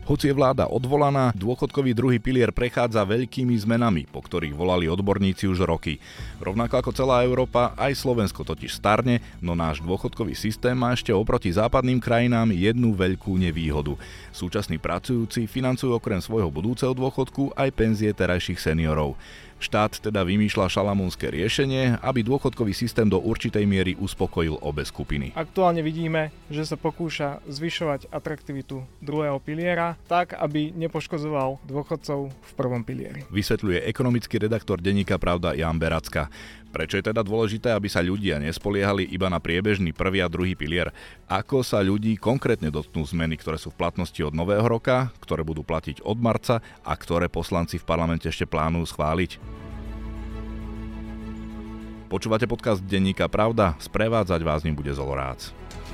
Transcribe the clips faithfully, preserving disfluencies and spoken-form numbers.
Hoci je vláda odvolaná, dôchodkový druhý pilier prechádza veľkými zmenami, po ktorých volali odborníci už roky. Rovnako ako celá Európa, aj Slovensko totiž starne, no náš dôchodkový systém má ešte oproti západným krajinám jednu veľkú nevýhodu. Súčasní pracujúci financujú okrem svojho budúceho dôchodku aj penzie terajších seniorov. Štát teda vymýšľa šalamúnske riešenie, aby dôchodkový systém do určitej miery uspokojil obe skupiny. Aktuálne vidíme, že sa pokúša zvyšovať atraktivitu druhého piliera tak, aby nepoškodzoval dôchodcov v prvom pilieri. Vysvetľuje ekonomický redaktor denníka Pravda Ján Beracka. Prečo je teda dôležité, aby sa ľudia nespoliehali iba na priebežný prvý a druhý pilier? Ako sa ľudí konkrétne dotknú zmeny, ktoré sú v platnosti od nového roka, ktoré budú platiť od marca a ktoré poslanci v parlamente ešte plánujú schváliť? Počúvate podcast denníka Pravda, sprevádzať vás ním bude Zolo Rác.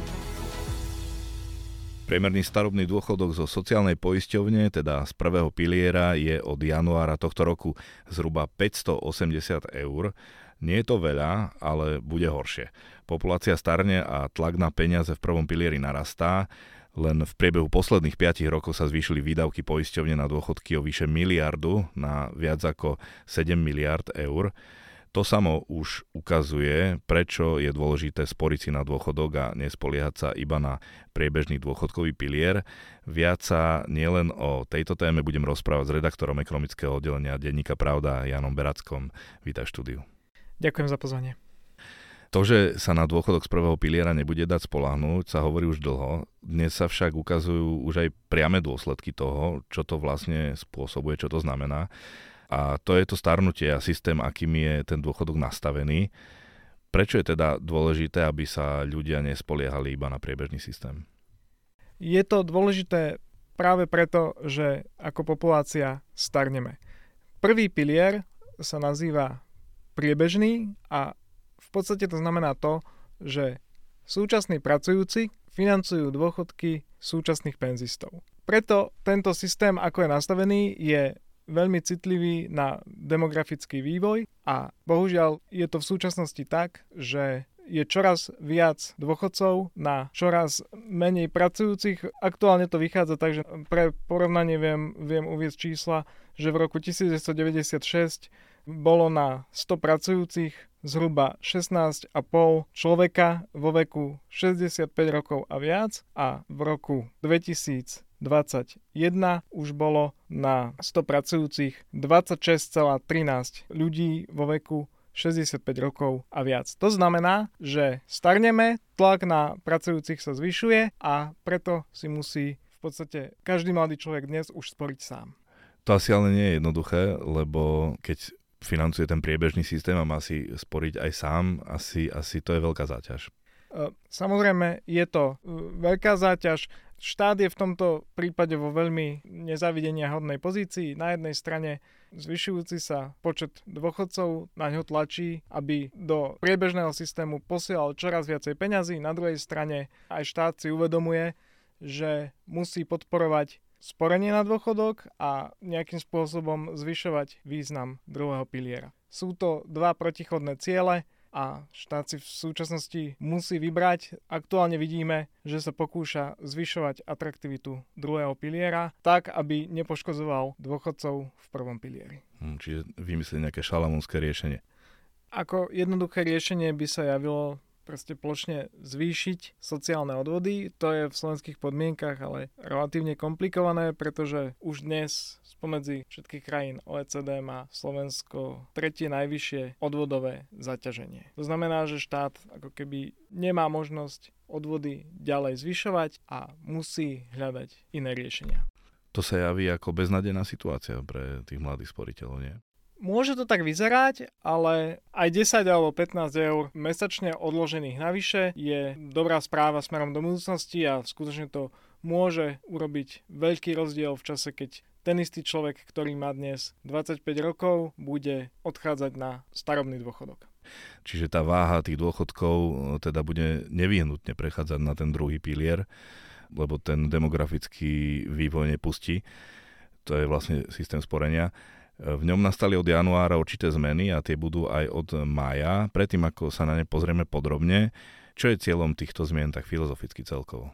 Priemerný starobný dôchodok zo sociálnej poisťovne, teda z prvého piliera, je od januára tohto roku zhruba päťstoosemdesiat eur. Nie je to veľa, ale bude horšie. Populácia starne a tlak na peniaze v prvom pilieri narastá. Len v priebehu posledných piatich rokov sa zvýšili výdavky poisťovne na dôchodky o vyše miliardu na viac ako sedem miliárd eur. To samo už ukazuje, prečo je dôležité sporiť si na dôchodok a nespoliehať sa iba na priebežný dôchodkový pilier. Viac sa nielen o tejto téme budem rozprávať s redaktorom ekonomického oddelenia denníka Pravda Jánom Berackom. Vítaj v štúdiu. Ďakujem za pozvanie. To, že sa na dôchodok z prvého piliera nebude dať spoľahnúť, sa hovorí už dlho. Dnes sa však ukazujú už aj priame dôsledky toho, čo to vlastne spôsobuje, čo to znamená. A to je to starnutie a systém, akým je ten dôchodok nastavený. Prečo je teda dôležité, aby sa ľudia nespoliehali iba na priebežný systém? Je to dôležité práve preto, že ako populácia starneme. Prvý pilier sa nazýva priebežný a v podstate to znamená to, že súčasní pracujúci financujú dôchodky súčasných penzistov. Preto tento systém, ako je nastavený, je veľmi citlivý na demografický vývoj a bohužiaľ je to v súčasnosti tak, že je čoraz viac dôchodcov na čoraz menej pracujúcich. Aktuálne to vychádza tak, že pre porovnanie viem, viem uviesť čísla, že v roku devätnásťstodeväťdesiatšesť bolo na sto pracujúcich zhruba šestnásť a pol človeka vo veku šesťdesiatpäť rokov a viac a v roku dvetisícdvadsaťjeden už bolo na sto pracujúcich dvadsaťšesť celá trinásť ľudí vo veku šesťdesiatpäť rokov a viac. To znamená, že starneme, tlak na pracujúcich sa zvyšuje a preto si musí v podstate každý mladý človek dnes už sporiť sám. To asi ale nie je jednoduché, lebo keď financuje ten priebežný systém a má si sporiť aj sám, asi, asi to je veľká záťaž. Samozrejme, je to veľká záťaž. Štát je v tomto prípade vo veľmi nezávidenia hodnej pozícii. Na jednej strane zvyšujúci sa počet dôchodcov na ňo tlačí, aby do priebežného systému posielal čoraz viacej peňazí. Na druhej strane aj štát si uvedomuje, že musí podporovať sporenie na dôchodok a nejakým spôsobom zvyšovať význam druhého piliera. Sú to dva protichodné ciele a štát si v súčasnosti musí vybrať. Aktuálne vidíme, že sa pokúša zvyšovať atraktivitu druhého piliera tak, aby nepoškodzoval dôchodcov v prvom pilieri. Hm, čiže vymyslieť nejaké šalamúnske riešenie. Ako jednoduché riešenie by sa javilo proste plošne zvýšiť sociálne odvody. To je v slovenských podmienkach ale relatívne komplikované, pretože už dnes spomedzi všetkých krajín ó é cé dé má Slovensko tretie najvyššie odvodové zaťaženie. To znamená, že štát ako keby nemá možnosť odvody ďalej zvyšovať a musí hľadať iné riešenia. To sa javí ako beznadejná situácia pre tých mladých sporiteľov, nie? Môže to tak vyzerať, ale aj desať alebo pätnásť eur mesačne odložených navyše je dobrá správa smerom do budúcnosti a skutočne to môže urobiť veľký rozdiel v čase, keď ten istý človek, ktorý má dnes dvadsaťpäť rokov, bude odchádzať na starobný dôchodok. Čiže tá váha tých dôchodkov teda bude nevyhnutne prechádzať na ten druhý pilier, lebo ten demografický vývoj nepustí. To je vlastne systém sporenia. V ňom nastali od januára určité zmeny a tie budú aj od mája. Predtým, ako sa na ne pozrieme podrobne, čo je cieľom týchto zmien tak filozoficky celkovo?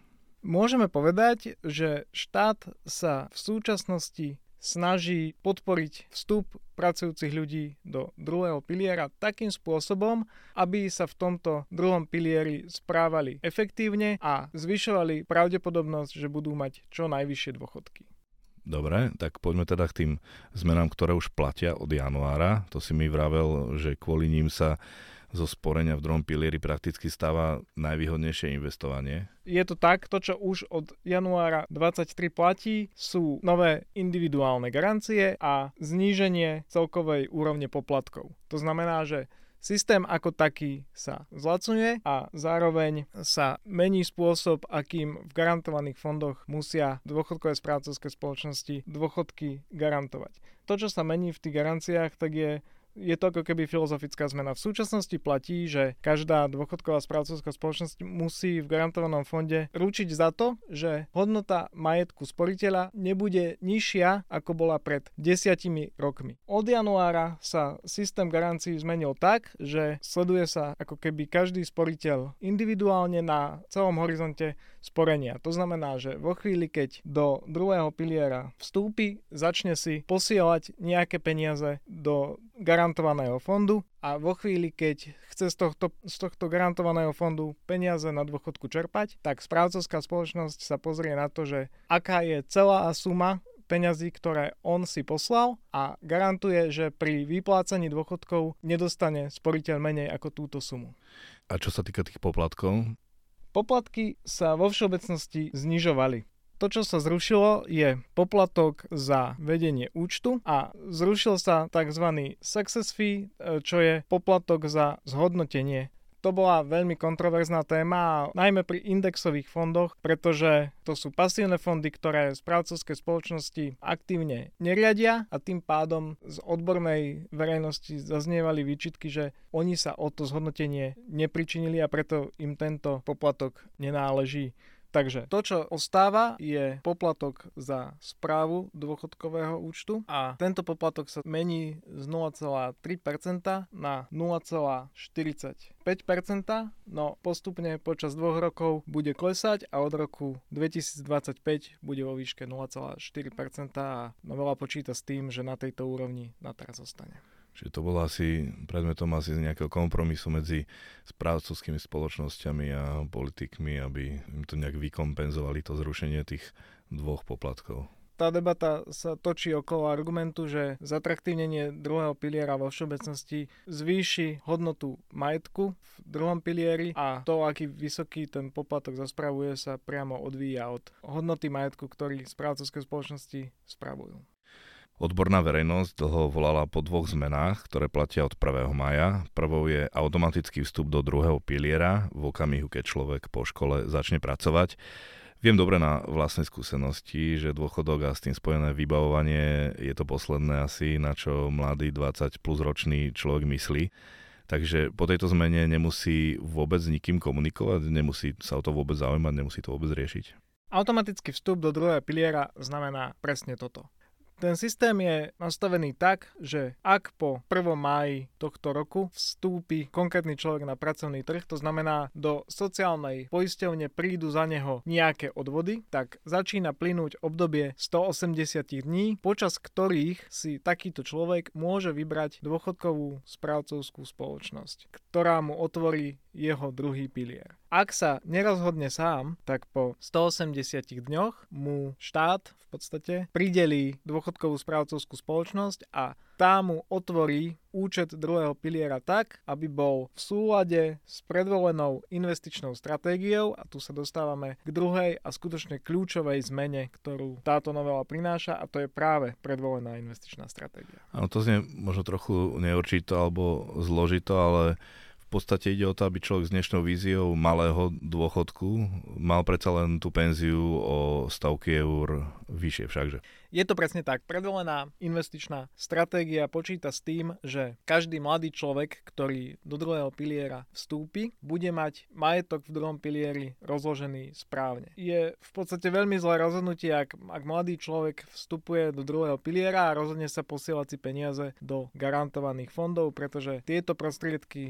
Môžeme povedať, že štát sa v súčasnosti snaží podporiť vstup pracujúcich ľudí do druhého piliera takým spôsobom, aby sa v tomto druhom pilieri správali efektívne a zvyšovali pravdepodobnosť, že budú mať čo najvyššie dôchodky. Dobre, tak poďme teda k tým zmenám, ktoré už platia od januára. To si mi vravel, že kvôli ním sa zo sporenia v druhom pilieri prakticky stáva najvýhodnejšie investovanie. Je to tak, to čo už od januára dvadsaťtri platí, sú nové individuálne garancie a zníženie celkovej úrovne poplatkov. To znamená, že systém ako taký sa zlacňuje a zároveň sa mení spôsob, akým v garantovaných fondoch musia dôchodkové správcovské spoločnosti dôchodky garantovať. To, čo sa mení v tých garanciách, tak je Je to ako keby filozofická zmena. V súčasnosti platí, že každá dôchodková správcovská spoločnosť musí v garantovanom fonde ručiť za to, že hodnota majetku sporiteľa nebude nižšia, ako bola pred desiatimi rokmi. Od januára sa systém garancií zmenil tak, že sleduje sa ako keby každý sporiteľ individuálne na celom horizonte sporenia. To znamená, že vo chvíli, keď do druhého piliera vstúpi, začne si posielať nejaké peniaze do garantovaného fondu a vo chvíli, keď chce z tohto, z tohto garantovaného fondu peniaze na dôchodku čerpať, tak správcovská spoločnosť sa pozrie na to, že aká je celá suma peňazí, ktoré on si poslal a garantuje, že pri vyplácaní dôchodkov nedostane sporiteľ menej ako túto sumu. A čo sa týka tých poplatkov? Poplatky sa vo všeobecnosti znižovali. To, čo sa zrušilo, je poplatok za vedenie účtu a zrušil sa tzv. Success fee, čo je poplatok za zhodnotenie. To bola veľmi kontroverzná téma, najmä pri indexových fondoch, pretože to sú pasívne fondy, ktoré správcovské spoločnosti aktívne neriadia a tým pádom z odbornej verejnosti zaznievali výčitky, že oni sa o to zhodnotenie nepričinili a preto im tento poplatok nenáleží. Takže to, čo ostáva, je poplatok za správu dôchodkového účtu a tento poplatok sa mení z nula celá tri percenta na nula celá štyridsaťpäť percenta, no postupne počas dvoch rokov bude klesať a od roku dvetisícdvadsaťpäť bude vo výške nula celá štyri percenta a novela počíta s tým, že na tejto úrovni na teraz zostane. Čiže to bolo asi predmetom asi z nejakého kompromisu medzi správcovskými spoločnosťami a politikmi, aby im to nejak vykompenzovali to zrušenie tých dvoch poplatkov. Tá debata sa točí okolo argumentu, že zatraktívnenie druhého piliera vo všeobecnosti zvýši hodnotu majetku v druhom pilieri a to, aký vysoký ten poplatok zaspravuje, sa priamo odvíja od hodnoty majetku, ktorý správcovské spoločnosti spravujú. Odborná verejnosť dlho volala po dvoch zmenách, ktoré platia od prvého mája. Prvou je automatický vstup do druhého piliera v okamihu, keď človek po škole začne pracovať. Viem dobre na vlastnej skúsenosti, že dôchodok a s tým spojené vybavovanie je to posledné asi, na čo mladý dvadsať plus ročný človek myslí. Takže po tejto zmene nemusí vôbec s nikým komunikovať, nemusí sa o to vôbec zaujímať, nemusí to vôbec riešiť. Automatický vstup do druhého piliera znamená presne toto. Ten systém je nastavený tak, že ak po prvom máji tohto roku vstúpi konkrétny človek na pracovný trh, to znamená do sociálnej poisťovne prídu za neho nejaké odvody, tak začína plynúť obdobie stoosemdesiat dní, počas ktorých si takýto človek môže vybrať dôchodkovú správcovskú spoločnosť, ktorá mu otvorí jeho druhý pilier. Ak sa nerozhodne sám, tak po stoosemdesiatich dňoch mu štát v podstate pridelí dôchodkovú správcovskú spoločnosť a tá mu otvorí účet druhého piliera tak, aby bol v súlade s predvolenou investičnou stratégiou a tu sa dostávame k druhej a skutočne kľúčovej zmene, ktorú táto novela prináša a to je práve predvolená investičná stratégia. Áno, to znie možno trochu neurčito alebo zložito, ale v podstate ide o to, aby človek s dnešnou víziou malého dôchodku mal predsa len tú penziu o stovky eur vyššie všakže. Je to presne tak. Predvolená investičná stratégia počíta s tým, že každý mladý človek, ktorý do druhého piliera vstúpi, bude mať majetok v druhom pilieri rozložený správne. Je v podstate veľmi zlé rozhodnutie, ak, ak mladý človek vstupuje do druhého piliera a rozhodne sa posielať si peniaze do garantovaných fondov, pretože tieto prostriedky tam nemajú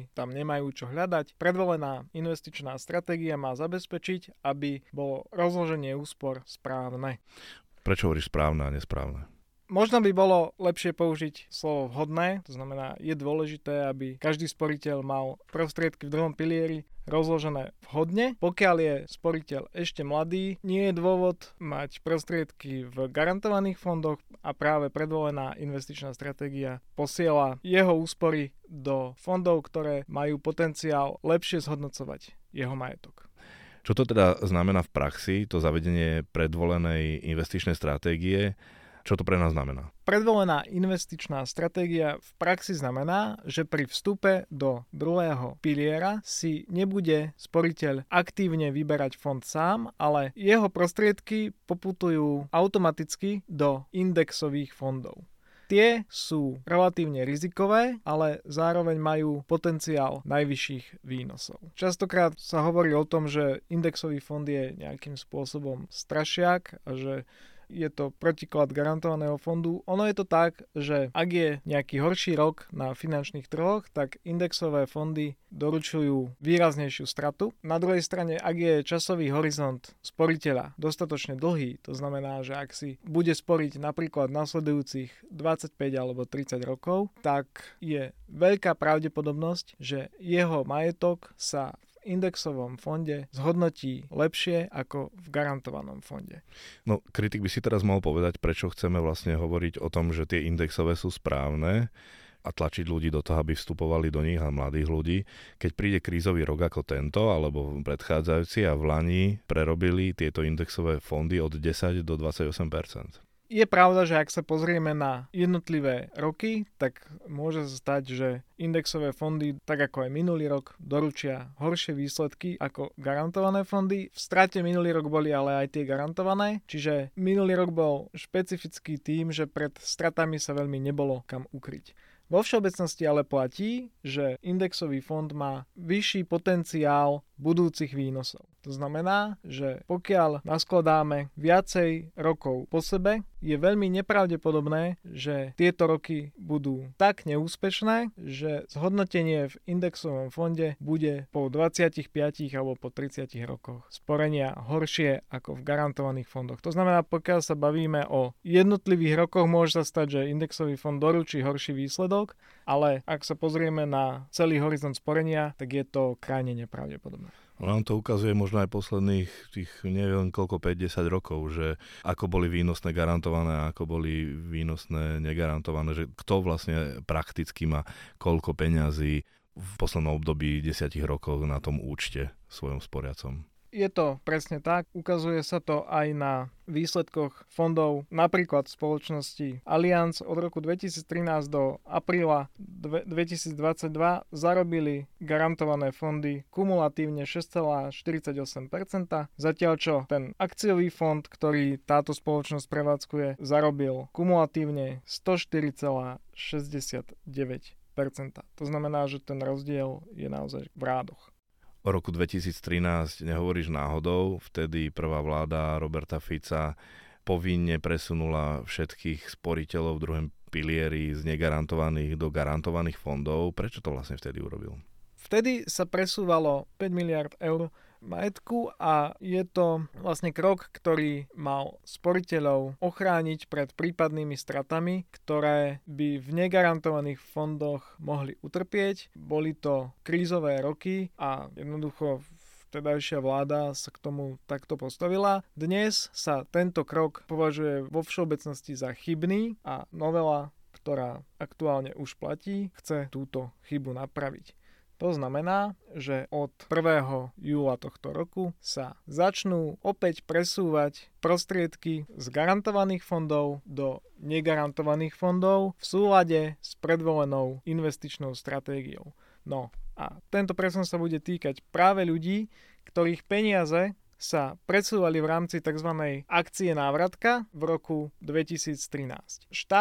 nemajú čo hľadať. Predvolená investičná stratégia má zabezpečiť, aby bolo rozloženie úspor správne. Prečo hovoríš správne a nesprávne? Možno by bolo lepšie použiť slovo vhodné, to znamená, je dôležité, aby každý sporiteľ mal prostriedky v druhom pilieri rozložené vhodne. Pokiaľ je sporiteľ ešte mladý, nie je dôvod mať prostriedky v garantovaných fondoch a práve predvolená investičná stratégia posiela jeho úspory do fondov, ktoré majú potenciál lepšie zhodnocovať jeho majetok. Čo to teda znamená v praxi, to zavedenie predvolenej investičnej stratégie? Čo to pre nás znamená? Predvolená investičná stratégia v praxi znamená, že pri vstupe do druhého piliera si nebude sporiteľ aktívne vyberať fond sám, ale jeho prostriedky poputujú automaticky do indexových fondov. Tie sú relatívne rizikové, ale zároveň majú potenciál najvyšších výnosov. Častokrát sa hovorí o tom, že indexový fond je nejakým spôsobom strašiak a že je to protiklad garantovaného fondu. Ono je to tak, že ak je nejaký horší rok na finančných trhoch, tak indexové fondy doručujú výraznejšiu stratu. Na druhej strane, ak je časový horizont sporiteľa dostatočne dlhý, to znamená, že ak si bude sporiť napríklad nasledujúcich dvadsaťpäť alebo tridsať rokov, tak je veľká pravdepodobnosť, že jeho majetok sa indexovom fonde zhodnotí lepšie ako v garantovanom fonde. No, kritik by si teraz mohol povedať, prečo chceme vlastne hovoriť o tom, že tie indexové sú správne a tlačiť ľudí do toho, aby vstupovali do nich a mladých ľudí. Keď príde krízový rok ako tento, alebo predchádzajúci a v lani prerobili tieto indexové fondy od desať do dvadsaťosem percent. Je pravda, že ak sa pozrieme na jednotlivé roky, tak môže sa stať, že indexové fondy, tak ako aj minulý rok, doručia horšie výsledky ako garantované fondy. V strate minulý rok boli ale aj tie garantované, čiže minulý rok bol špecifický tým, že pred stratami sa veľmi nebolo kam ukryť. Vo všeobecnosti ale platí, že indexový fond má vyšší potenciál budúcich výnosov. To znamená, že pokiaľ naskladáme viacej rokov po sebe, je veľmi nepravdepodobné, že tieto roky budú tak neúspešné, že zhodnotenie v indexovom fonde bude po dvadsiatich piatich alebo po tridsiatich rokoch sporenia horšie ako v garantovaných fondoch. To znamená, pokiaľ sa bavíme o jednotlivých rokoch, môže sa stať, že indexový fond doručí horší výsledok, ale ak sa pozrieme na celý horizont sporenia, tak je to krajne nepravdepodobné. Nám to ukazuje možno aj posledných tých neviem koľko päť desať rokov, že ako boli výnosné garantované a ako boli výnosné negarantované, že kto vlastne prakticky má koľko peňazí v poslednom období desiatich rokov na tom účte svojom sporiacom. Je to presne tak, ukazuje sa to aj na výsledkoch fondov, napríklad spoločnosti Allianz od roku dvetisíctrinásť do apríla dvetisícdvadsaťdva zarobili garantované fondy kumulatívne šesť celá štyridsaťosem percent, zatiaľ čo ten akciový fond, ktorý táto spoločnosť prevádzkuje, zarobil kumulatívne stoštyri celá šesťdesiatdeväť percent. To znamená, že ten rozdiel je naozaj v rádoch. O roku dvetisíctrinásť nehovoríš náhodou, vtedy prvá vláda Roberta Fica povinne presunula všetkých sporiteľov v druhom pilieri z negarantovaných do garantovaných fondov. Prečo to vlastne vtedy urobil? Vtedy sa presúvalo päť miliárd eur majetku a je to vlastne krok, ktorý mal sporiteľov ochrániť pred prípadnými stratami, ktoré by v negarantovaných fondoch mohli utrpieť. Boli to krízové roky a jednoducho vtedajšia vláda sa k tomu takto postavila. Dnes sa tento krok považuje vo všeobecnosti za chybný a novela, ktorá aktuálne už platí, chce túto chybu napraviť. To znamená, že od prvého júla tohto roku sa začnú opäť presúvať prostriedky z garantovaných fondov do negarantovaných fondov v súlade s predvolenou investičnou stratégiou. No a tento presun sa bude týkať práve ľudí, ktorých peniaze sa presúvali v rámci tzv. Akcie návratka v roku dvetisíctrinásť. Štát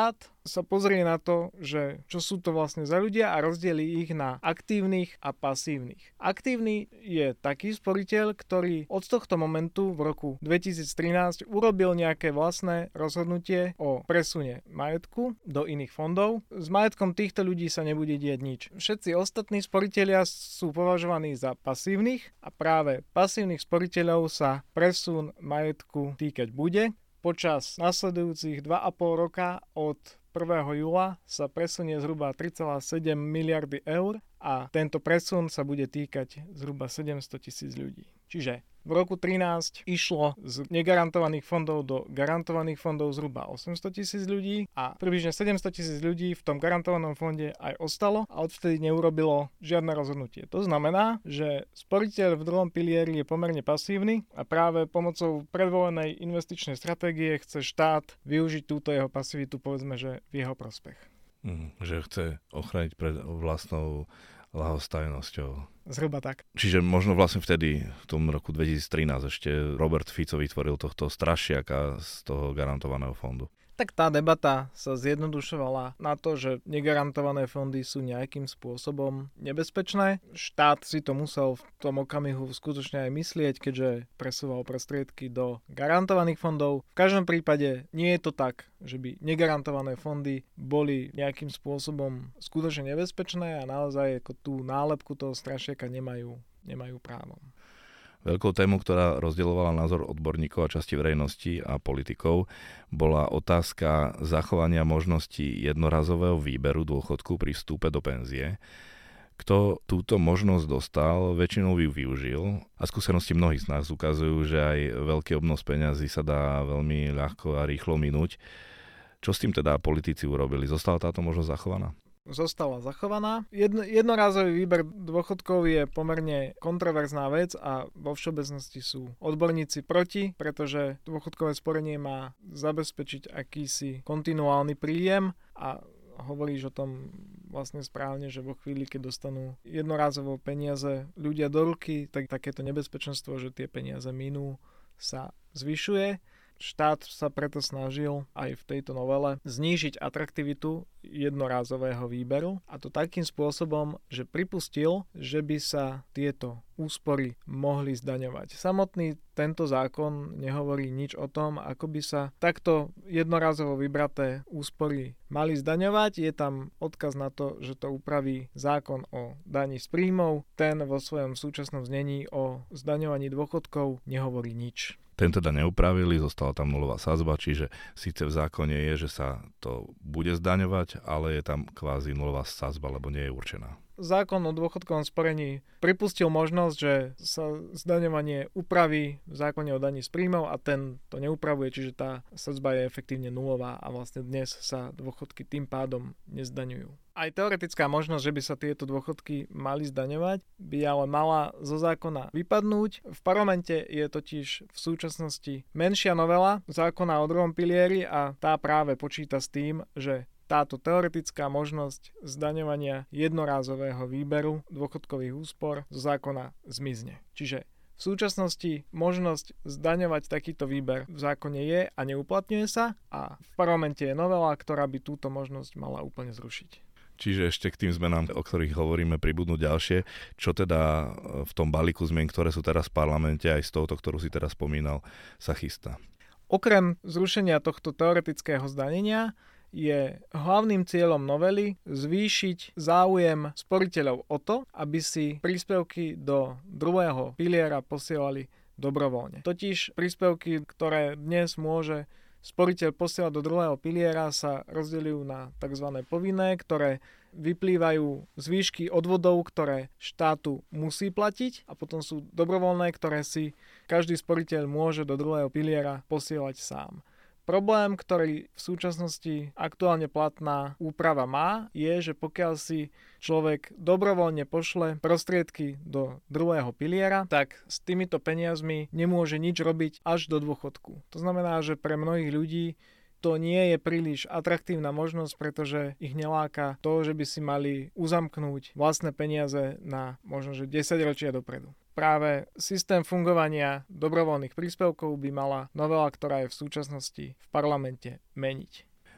sa pozrie na to, že čo sú to vlastne za ľudia a rozdelí ich na aktívnych a pasívnych. Aktívny je taký sporiteľ, ktorý od tohto momentu v roku dvetisíctrinásť urobil nejaké vlastné rozhodnutie o presune majetku do iných fondov. S majetkom týchto ľudí sa nebude diať nič. Všetci ostatní sporiteľia sú považovaní za pasívnych a práve pasívnych sporiteľov sa presun majetku týkať bude. Počas nasledujúcich dva a pol roka od prvého júla sa presunie zhruba tri celé sedem miliardy eur a tento presun sa bude týkať zhruba sedemsto tisíc ľudí. Čiže v roku trinásť išlo z negarantovaných fondov do garantovaných fondov zhruba osemsto tisíc ľudí a približne sedemsto tisíc ľudí v tom garantovanom fonde aj ostalo a odvtedy neurobilo žiadne rozhodnutie. To znamená, že sporiteľ v druhom pilieri je pomerne pasívny a práve pomocou predvolenej investičnej stratégie chce štát využiť túto jeho pasivitu, povedzme, že v jeho prospech. Mm, že chce ochrániť pred vlastnou ľahostajnosťou. Zhruba tak. Čiže možno vlastne vtedy, v tom roku dvetisíctrinásť, ešte Robert Fico vytvoril tohto strašiaka z toho garantovaného fondu. Tak tá debata sa zjednodušovala na to, že negarantované fondy sú nejakým spôsobom nebezpečné. Štát si to musel v tom okamihu skutočne aj myslieť, keďže presúval prostriedky do garantovaných fondov. V každom prípade nie je to tak, že by negarantované fondy boli nejakým spôsobom skutočne nebezpečné a naozaj ako tú nálepku toho strašiaka nemajú, nemajú právom. Veľkou tému, ktorá rozdielovala názor odborníkov a časti verejnosti a politikov, bola otázka zachovania možnosti jednorazového výberu dôchodku pri vstupe do penzie. Kto túto možnosť dostal, väčšinou ju využil a skúsenosti mnohých z nás ukazujú, že aj veľký obnos peňazí sa dá veľmi ľahko a rýchlo minúť. Čo s tým teda politici urobili? Zostala táto možnosť zachovaná? Zostala zachovaná. Jedno, jednorázový výber dôchodkov je pomerne kontroverzná vec a vo všeobecnosti sú odborníci proti, pretože dôchodkové sporenie má zabezpečiť akýsi kontinuálny príjem a hovoríš o tom vlastne správne, že vo chvíli, keď dostanú jednorázovo peniaze ľudia do ruky, tak takéto nebezpečenstvo, že tie peniaze minú, sa zvyšuje. Štát sa preto snažil aj v tejto novele znížiť atraktivitu jednorázového výberu a to takým spôsobom, že pripustil, že by sa tieto úspory mohli zdaňovať. Samotný tento zákon nehovorí nič o tom, ako by sa takto jednorázovo vybraté úspory mali zdaňovať. Je tam odkaz na to, že to upraví zákon o daní z príjmov. Ten vo svojom súčasnom znení o zdaňovaní dôchodkov nehovorí nič. Ten teda neupravili, zostala tam nulová sadzba, čiže síce v zákone je, že sa to bude zdaňovať, ale je tam kvázi nulová sadzba, lebo nie je určená. Zákon o dôchodkovom sporení pripustil možnosť, že sa zdaňovanie upraví v zákone o daní z príjmov a ten to neupravuje, čiže tá sadzba je efektívne nulová a vlastne dnes sa dôchodky tým pádom nezdaňujú. Aj teoretická možnosť, že by sa tieto dôchodky mali zdaňovať, by ale mala zo zákona vypadnúť. V parlamente je totiž v súčasnosti menšia novela zákona o druhom pilieri a tá práve počíta s tým, že táto teoretická možnosť zdaňovania jednorázového výberu dôchodkových úspor zo zákona zmizne. Čiže v súčasnosti možnosť zdaňovať takýto výber v zákone je a neuplatňuje sa a v parlamente je novela, ktorá by túto možnosť mala úplne zrušiť. Čiže ešte k tým zmenám, o ktorých hovoríme, pribudnú ďalšie. Čo teda v tom balíku zmien, ktoré sú teraz v parlamente, aj z touto, ktorú si teraz spomínal, sa chystá? Okrem zrušenia tohto teoretického zdanenia je hlavným cieľom novely zvýšiť záujem sporiteľov o to, aby si príspevky do druhého piliera posielali dobrovoľne. Totiž príspevky, ktoré dnes môže sporiteľ posielať do druhého piliera, sa rozdeľujú na tzv. Povinné, ktoré vyplývajú z výšky odvodov, ktoré štátu musí platiť a potom sú dobrovoľné, ktoré si každý sporiteľ môže do druhého piliera posielať sám. Problém, ktorý v súčasnosti aktuálne platná úprava má, je, že pokiaľ si človek dobrovoľne pošle prostriedky do druhého piliera, tak s týmito peniazmi nemôže nič robiť až do dôchodku. To znamená, že pre mnohých ľudí to nie je príliš atraktívna možnosť, pretože ich neláka to, že by si mali uzamknúť vlastné peniaze na možno že desaťročia dopredu. Práve systém fungovania dobrovoľných príspevkov by mala novela, ktorá je v súčasnosti v parlamente, meniť.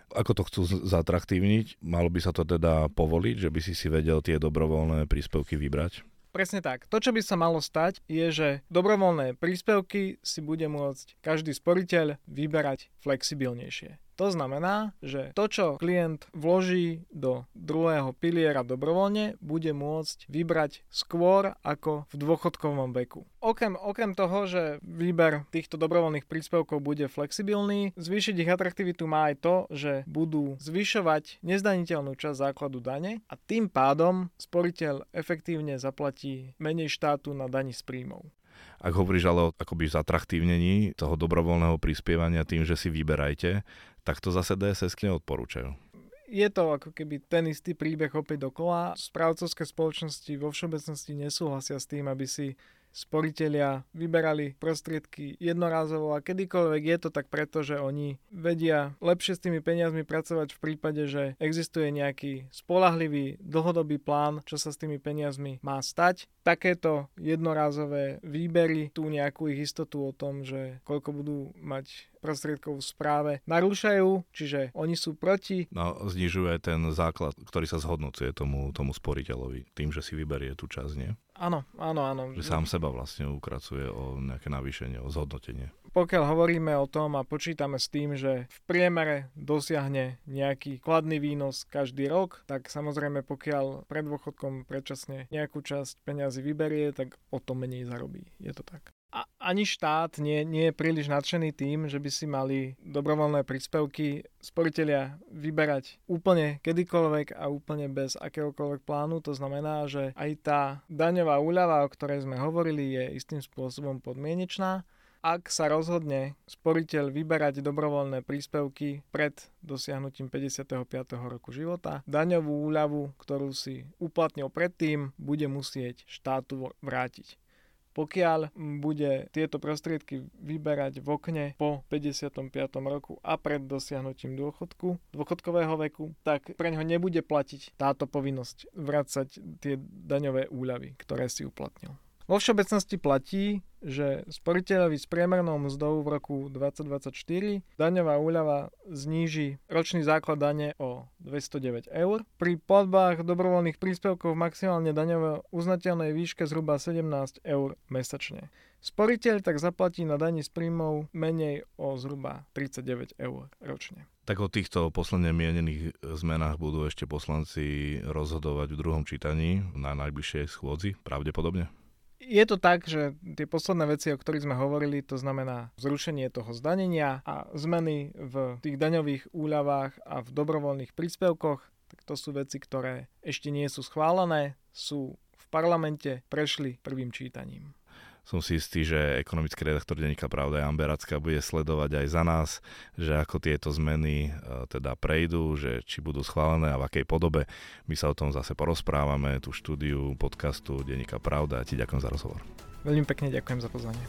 Ako to chcú zatraktívniť? Malo by sa to teda povoliť, že by si si vedel tie dobrovoľné príspevky vybrať? Presne tak. To, čo by sa malo stať, je, že dobrovoľné príspevky si bude môcť každý sporiteľ vyberať flexibilnejšie. To znamená, že to, čo klient vloží do druhého piliera dobrovoľne, bude môcť vybrať skôr ako v dôchodkovom veku. Okrem, okrem toho, že výber týchto dobrovoľných príspevkov bude flexibilný, zvýšiť ich atraktivitu má aj to, že budú zvyšovať nezdaniteľnú časť základu dane a tým pádom sporiteľ efektívne zaplatí menej štátu na dani z príjmov. Ak hovoríš ale o akoby zatraktívnení toho dobrovoľného prispievania tým, že si vyberajte, tak to zase dé es esky neodporúčajú. Je to ako keby ten istý príbeh opäť dokola. Správcovské spoločnosti vo všeobecnosti nesúhlasia s tým, aby si sporitelia vyberali prostriedky jednorázovo a kedykoľvek je to tak preto, že oni vedia lepšie s tými peniazmi pracovať v prípade, že existuje nejaký spoľahlivý dlhodobý plán, čo sa s tými peniazmi má stať. Takéto jednorázové výbery tú nejakú ich istotu o tom, že koľko budú mať prostriedkov v správe narúšajú, čiže oni sú proti. No, znižuje ten základ, ktorý sa zhodnocuje tomu, tomu sporiteľovi, tým, že si vyberie tú časť, nie? Áno, áno, áno. Že sám seba vlastne ukracuje o nejaké navýšenie, o zhodnotenie. Pokiaľ hovoríme o tom a počítame s tým, že v priemere dosiahne nejaký kladný výnos každý rok, tak samozrejme pokiaľ pred dôchodkom predčasne nejakú časť peňazí vyberie, tak o to menej zarobí. Je to tak. A ani štát nie, nie je príliš nadšený tým, že by si mali dobrovoľné príspevky sporitelia vyberať úplne kedykoľvek a úplne bez akéhokoľvek plánu. To znamená, že aj tá daňová úľava, o ktorej sme hovorili, je istým spôsobom podmienečná. Ak sa rozhodne sporiteľ vyberať dobrovoľné príspevky pred dosiahnutím päťdesiateho piateho roku života, daňovú úľavu, ktorú si uplatnil predtým, bude musieť štátu vrátiť. Pokiaľ bude tieto prostriedky vyberať v okne po päťdesiatom piatom roku a pred dosiahnutím dôchodku, dôchodkového veku, tak preňho nebude platiť táto povinnosť vracať tie daňové úľavy, ktoré si uplatnil. Vo všeobecnosti platí, že sporiteľovi s priemernou mzdou v roku dvadsať dvadsaťštyri daňová úľava zníži ročný základ dane o dvestodeväť eur. Pri platbách dobrovoľných príspevkov v maximálne daňovo uznateľnej výške zhruba sedemnásť eur mesačne. Sporiteľ tak zaplatí na dani z príjmov menej o zhruba tridsaťdeväť eur ročne. Tak o týchto posledne mienených zmenách budú ešte poslanci rozhodovať v druhom čítaní na najbližšej schôdzi, pravdepodobne? Je to tak, že tie posledné veci, o ktorých sme hovorili, to znamená zrušenie toho zdanenia a zmeny v tých daňových úľavách a v dobrovoľných príspevkoch, tak to sú veci, ktoré ešte nie sú schválené, sú v parlamente, prešli prvým čítaním. Som si istý, že ekonomický redaktor denníka Pravda Jan Beracka bude sledovať aj za nás, že ako tieto zmeny teda prejdú, že či budú schválené a v akej podobe. My sa o tom zase porozprávame, tú štúdiu podcastu denníka Pravda. A ti ďakujem za rozhovor. Veľmi pekne ďakujem za pozvanie.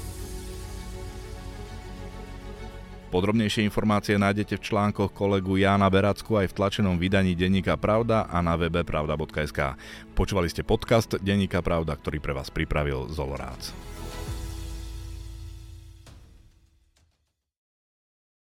Podrobnejšie informácie nájdete v článkoch kolegu Jána Beracku aj v tlačenom vydaní denníka Pravda a na webe pravda bodka es ká. Počúvali ste podcast denníka Pravda, ktorý pre vás pripravil Zolo Rác.